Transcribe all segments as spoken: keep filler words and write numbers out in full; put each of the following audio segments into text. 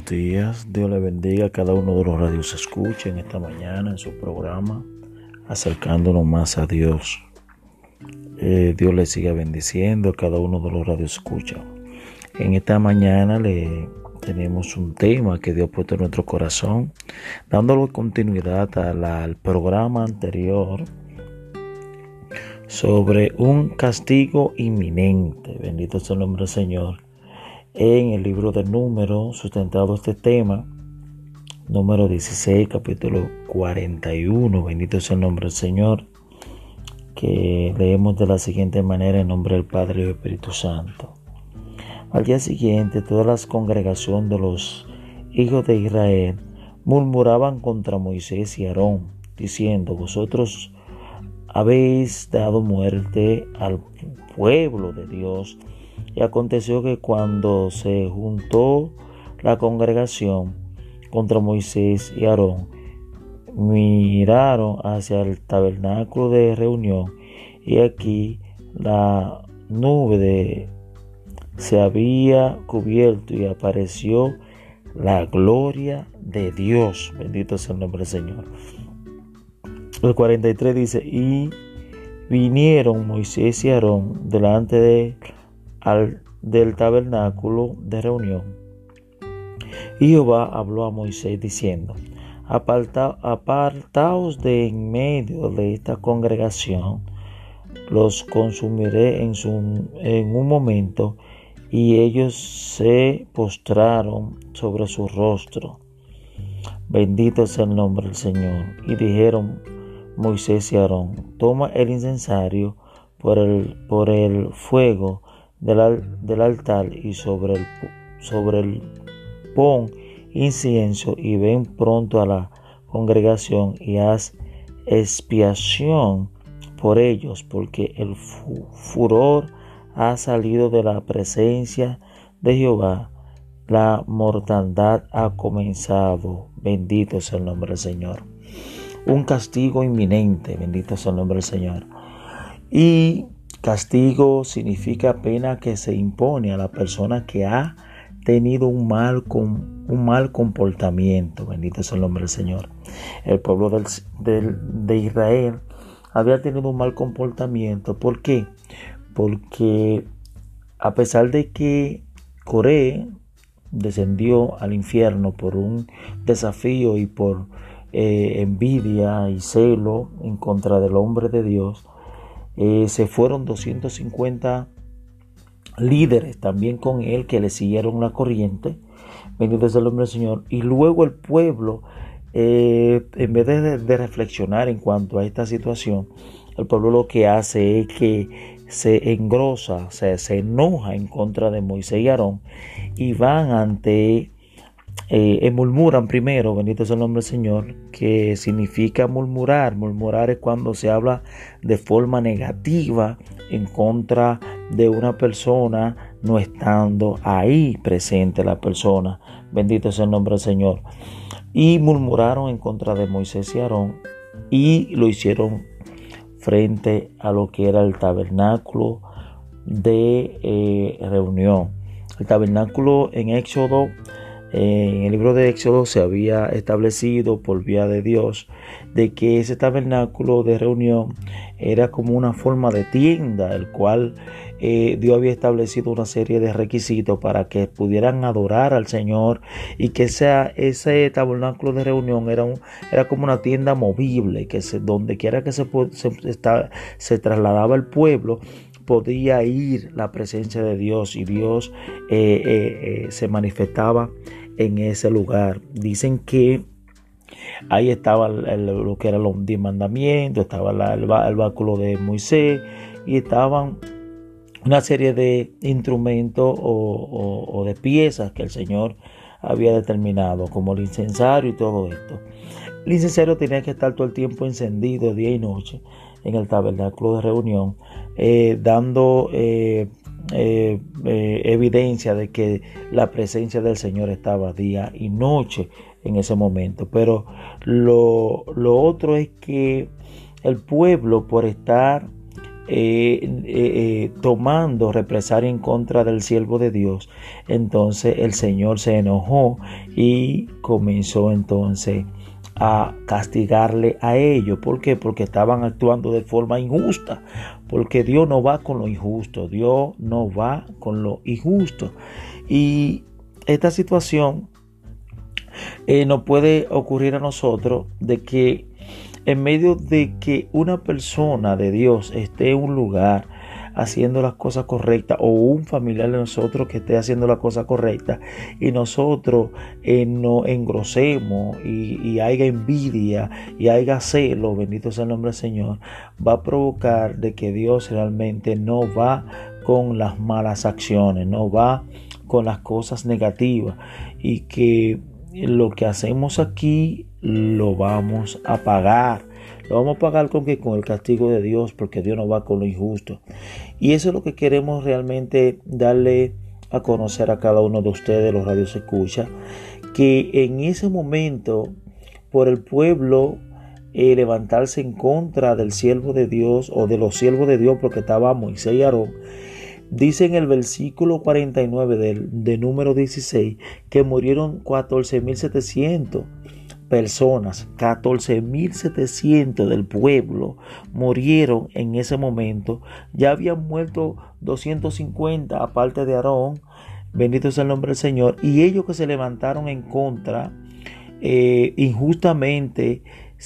días, Dios le bendiga a cada uno de los radios escucha en esta mañana en su programa, acercándonos más a Dios. Eh, Dios le siga bendiciendo a cada uno de los radios escucha. En esta mañana le tenemos un tema que Dios ha puesto en nuestro corazón, dándole continuidad a la, al programa anterior sobre un castigo inminente. Bendito sea el nombre del Señor. En el libro de Números, sustentado este tema, número dieciséis, capítulo cuarenta y uno, bendito sea el nombre del Señor, que leemos de la siguiente manera: en nombre del Padre y del Espíritu Santo. Al día siguiente, toda la congregación de los hijos de Israel murmuraban contra Moisés y Aarón, diciendo: vosotros habéis dado muerte al pueblo de Dios. Y aconteció que cuando se juntó la congregación contra Moisés y Aarón, miraron hacia el tabernáculo de reunión, y aquí la nube de, se había cubierto y apareció la gloria de Dios. Bendito sea el nombre del Señor. El cuarenta y tres dice: y vinieron Moisés y Aarón delante de Al, del tabernáculo de reunión. Y Jehová habló a Moisés diciendo: Aparta, apartaos de en medio de esta congregación, los consumiré en, su, en un momento. Y ellos se postraron sobre su rostro. Bendito sea el nombre del Señor. Y dijeron Moisés y Aarón: toma el incensario por el, por el fuego Del, del altar, y sobre el, sobre el pon incienso, y ven pronto a la congregación y haz expiación por ellos, porque el fu- furor ha salido de la presencia de Jehová, la mortandad ha comenzado. Bendito sea el nombre del Señor. Un castigo inminente. Bendito sea el nombre del Señor. Y castigo significa pena que se impone a la persona que ha tenido un mal, con, un mal comportamiento. Bendito sea el nombre del Señor. El pueblo del, del, de Israel había tenido un mal comportamiento. ¿Por qué? Porque a pesar de que Coré descendió al infierno por un desafío y por eh, envidia y celo en contra del hombre de Dios, Eh, se fueron doscientos cincuenta líderes también con él, que le siguieron la corriente. Bendito sea el nombre del Señor. Y luego el pueblo, eh, en vez de, de reflexionar en cuanto a esta situación, el pueblo lo que hace es que se engrosa, se, se enoja en contra de Moisés y Aarón, y van ante Eh, murmuran primero. Bendito sea el nombre del Señor, que significa murmurar. Murmurar es cuando se habla de forma negativa en contra de una persona, no estando ahí presente la persona. Bendito sea el nombre del Señor. Y murmuraron en contra de Moisés y Aarón, y lo hicieron frente a lo que era el tabernáculo de eh, reunión. El tabernáculo en Éxodo, en el libro de Éxodo, se había establecido por vía de Dios de que ese tabernáculo de reunión era como una forma de tienda, el cual eh, Dios había establecido una serie de requisitos para que pudieran adorar al Señor, y que esa, ese tabernáculo de reunión era, un, era como una tienda movible, que se, donde quiera que se, se, se, se trasladaba el pueblo, podía ir la presencia de Dios, y Dios eh, eh, eh, se manifestaba en ese lugar. Dicen que ahí estaba el, el, lo que eran los diez mandamientos, estaba la, el, el báculo de Moisés, y estaban una serie de instrumentos o, o, o de piezas que el Señor había determinado, como el incensario y todo esto. El incensario tenía que estar todo el tiempo encendido, día y noche, en el tabernáculo de reunión, eh, dando eh, eh, eh, evidencia de que la presencia del Señor estaba día y noche en ese momento. Pero lo, lo otro es que el pueblo, por estar eh, eh, eh, tomando represalia en contra del siervo de Dios, entonces el Señor se enojó y comenzó entonces a castigarle a ellos. ¿Por qué? Porque estaban actuando de forma injusta, porque Dios no va con lo injusto, Dios no va con lo injusto. Y esta situación eh, nos puede ocurrir a nosotros, de que en medio de que una persona de Dios esté en un lugar haciendo las cosas correctas, o un familiar de nosotros que esté haciendo las cosas correctas, y nosotros eh, nos engrosemos y, y haya envidia y haya celo, bendito sea el nombre del Señor, va a provocar de que Dios realmente no va con las malas acciones, no va con las cosas negativas, y que lo que hacemos aquí lo vamos a pagar. Lo vamos a pagar con que con el castigo de Dios, porque Dios no va con lo injusto. Y eso es lo que queremos realmente darle a conocer a cada uno de ustedes, los radios escucha, que en ese momento, por el pueblo eh, levantarse en contra del siervo de Dios, o de los siervos de Dios, porque estaba Moisés y Aarón, dice en el versículo cuarenta y nueve de, de número dieciséis que murieron catorce mil setecientos personas. Catorce mil setecientos del pueblo murieron en ese momento. Ya habían muerto doscientos cincuenta aparte de Aarón, bendito sea el nombre del Señor, y ellos que se levantaron en contra eh, injustamente,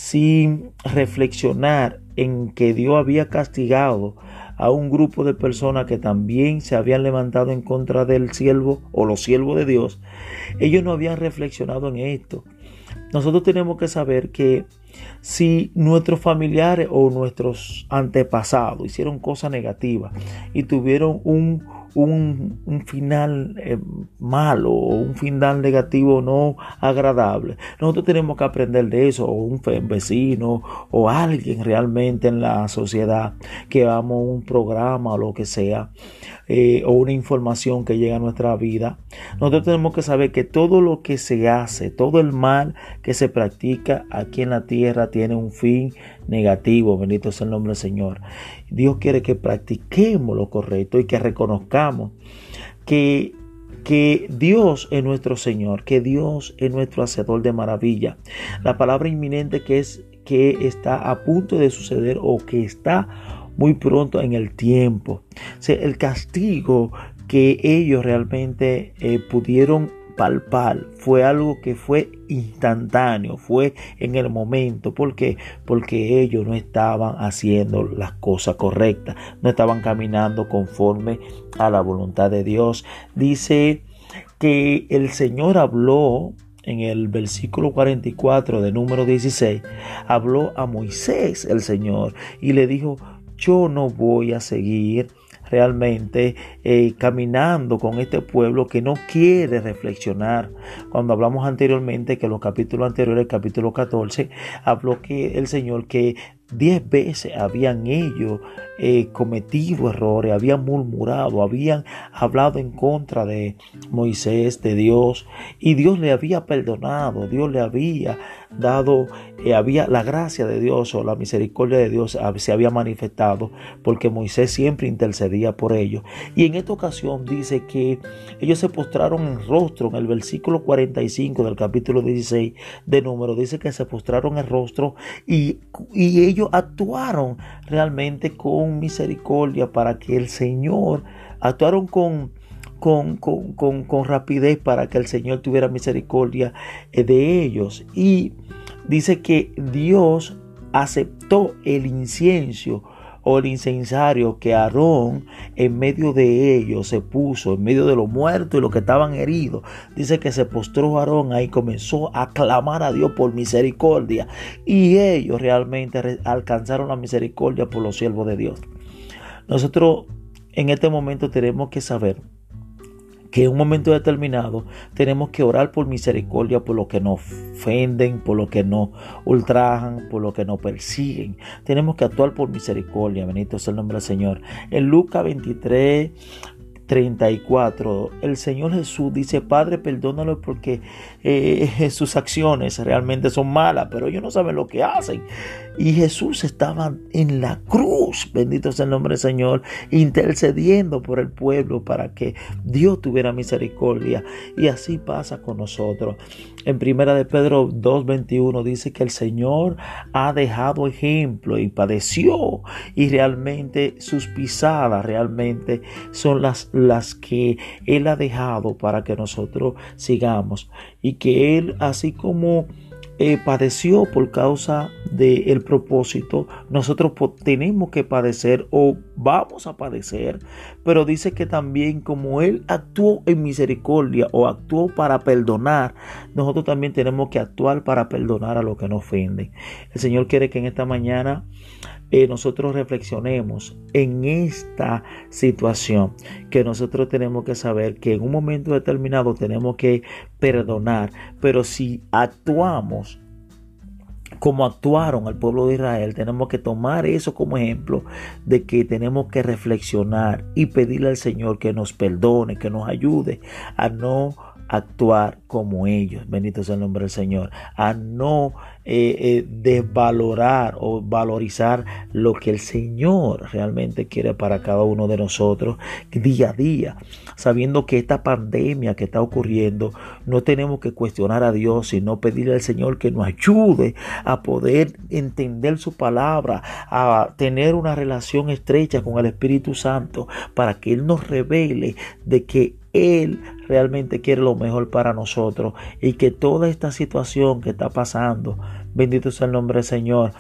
sin reflexionar en que Dios había castigado a un grupo de personas que también se habían levantado en contra del siervo o los siervos de Dios. Ellos no habían reflexionado en esto. Nosotros tenemos que saber que si nuestros familiares o nuestros antepasados hicieron cosas negativas y tuvieron un, un, un final eh, malo, o un final negativo no agradable, nosotros tenemos que aprender de eso, o un vecino o alguien realmente en la sociedad que hagamos un programa o lo que sea, eh, o una información que llega a nuestra vida. Nosotros tenemos que saber que todo lo que se hace, todo el mal que se practica aquí en la tierra tiene un fin negativo, bendito sea el nombre del Señor. Dios quiere que practiquemos lo correcto y que reconozcamos que, que Dios es nuestro Señor, que Dios es nuestro hacedor de maravilla. La palabra inminente que es que está a punto de suceder, o que está muy pronto en el tiempo. O sea, el castigo que ellos realmente eh, pudieron palpar fue algo que fue instantáneo, fue en el momento. ¿Por qué? Porque ellos no estaban haciendo las cosas correctas, no estaban caminando conforme a la voluntad de Dios. Dice que el Señor habló en el versículo cuarenta y cuatro de número dieciséis, habló a Moisés el Señor y le dijo: yo no voy a seguir realmente eh, caminando con este pueblo que no quiere reflexionar. Cuando hablamos anteriormente, que los capítulos anteriores, el capítulo catorce, habló que el Señor que diez veces habían ellos eh, cometido errores, habían murmurado, habían hablado en contra de Moisés, de Dios, y Dios le había perdonado, Dios le había dado, eh, había la gracia de Dios o la misericordia de Dios se había manifestado, porque Moisés siempre intercedía por ellos. Y en esta ocasión dice que ellos se postraron en rostro. En el versículo cuarenta y cinco del capítulo dieciséis de Número dice que se postraron en rostro y, y ellos actuaron realmente con misericordia, para que el Señor, actuaron con Con, con, con, con rapidez para que el Señor tuviera misericordia de ellos. Y dice que Dios aceptó el incienso o el incensario que Aarón en medio de ellos se puso, en medio de los muertos y los que estaban heridos. Dice que se postró Aarón ahí, comenzó a clamar a Dios por misericordia, y ellos realmente alcanzaron la misericordia por los siervos de Dios. Nosotros en este momento tenemos que saber que en un momento determinado tenemos que orar por misericordia por los que nos ofenden, por los que nos ultrajan, por los que nos persiguen. Tenemos que actuar por misericordia, bendito sea el nombre del Señor. En Lucas veintitrés, treinta y cuatro, el Señor Jesús dice: Padre, perdónalo porque eh, sus acciones realmente son malas, pero ellos no saben lo que hacen. Y Jesús estaba en la cruz, bendito sea el nombre del Señor, intercediendo por el pueblo para que Dios tuviera misericordia. Y así pasa con nosotros. En primera de Pedro dos veintiuno dice que el Señor ha dejado ejemplo y padeció, y realmente sus pisadas realmente son las, las que Él ha dejado para que nosotros sigamos, y que Él, así como Eh, padeció por causa del propósito, nosotros tenemos que padecer o vamos a padecer, pero dice que también como Él actuó en misericordia o actuó para perdonar, nosotros también tenemos que actuar para perdonar a los que nos ofenden. El Señor quiere que en esta mañana Eh, nosotros reflexionemos en esta situación, que nosotros tenemos que saber que en un momento determinado tenemos que perdonar, pero si actuamos como actuaron al pueblo de Israel, tenemos que tomar eso como ejemplo de que tenemos que reflexionar y pedirle al Señor que nos perdone, que nos ayude a no actuar como ellos, bendito sea el nombre del Señor, a no eh, eh, desvalorar o valorizar lo que el Señor realmente quiere para cada uno de nosotros día a día, sabiendo que esta pandemia que está ocurriendo, no tenemos que cuestionar a Dios, sino pedirle al Señor que nos ayude a poder entender su palabra, a tener una relación estrecha con el Espíritu Santo, para que Él nos revele de que Él realmente quiere lo mejor para nosotros, y que toda esta situación que está pasando, bendito sea el nombre del Señor,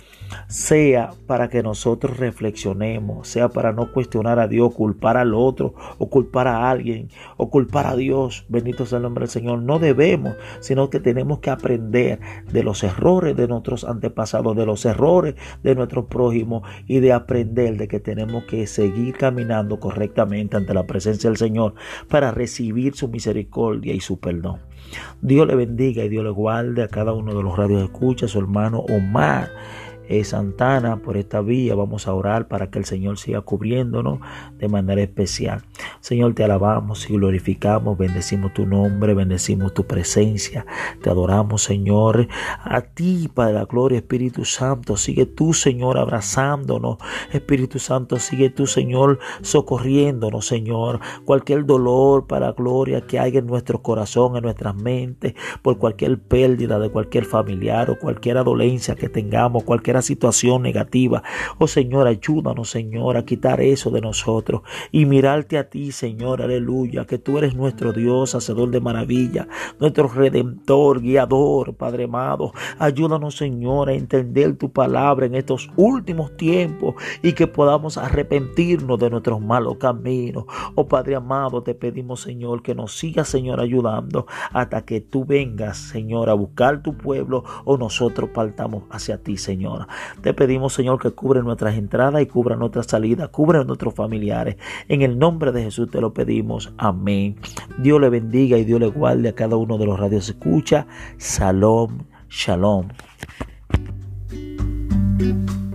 sea para que nosotros reflexionemos, sea para no cuestionar a Dios, culpar al otro o culpar a alguien o culpar a Dios. Bendito sea el nombre del Señor. No debemos, sino que tenemos que aprender de los errores de nuestros antepasados, de los errores de nuestros prójimos, y de aprender de que tenemos que seguir caminando correctamente ante la presencia del Señor para recibir su misericordia y su perdón. Dios le bendiga y Dios le guarde a cada uno de los radios escucha, su hermano Omar Eh, Santana. Por esta vía vamos a orar para que el Señor siga cubriéndonos de manera especial. Señor, te alabamos y glorificamos, bendecimos tu nombre, bendecimos tu presencia, te adoramos, Señor. A ti, Padre de la gloria, Espíritu Santo, sigue tú, Señor, abrazándonos. Espíritu Santo, sigue tú, Señor, socorriéndonos, Señor. Cualquier dolor, para la gloria, que haya en nuestro corazón, en nuestras mentes, por cualquier pérdida de cualquier familiar o cualquier dolencia que tengamos, cualquier situación negativa, oh Señor, ayúdanos, Señor, a quitar eso de nosotros y mirarte a ti, Señor, aleluya, que tú eres nuestro Dios, hacedor de maravilla, nuestro redentor, guiador, Padre amado. Ayúdanos, Señor, a entender tu palabra en estos últimos tiempos, y que podamos arrepentirnos de nuestros malos caminos. Oh Padre amado, te pedimos, Señor, que nos sigas, Señor, ayudando hasta que tú vengas, Señor, a buscar tu pueblo, o nosotros partamos hacia ti, Señor. Te pedimos, Señor, que cubre nuestras entradas y cubra nuestras salidas, cubre a nuestros familiares. En el nombre de Jesús te lo pedimos. Amén. Dios le bendiga y Dios le guarde a cada uno de los radios escucha. Shalom, shalom.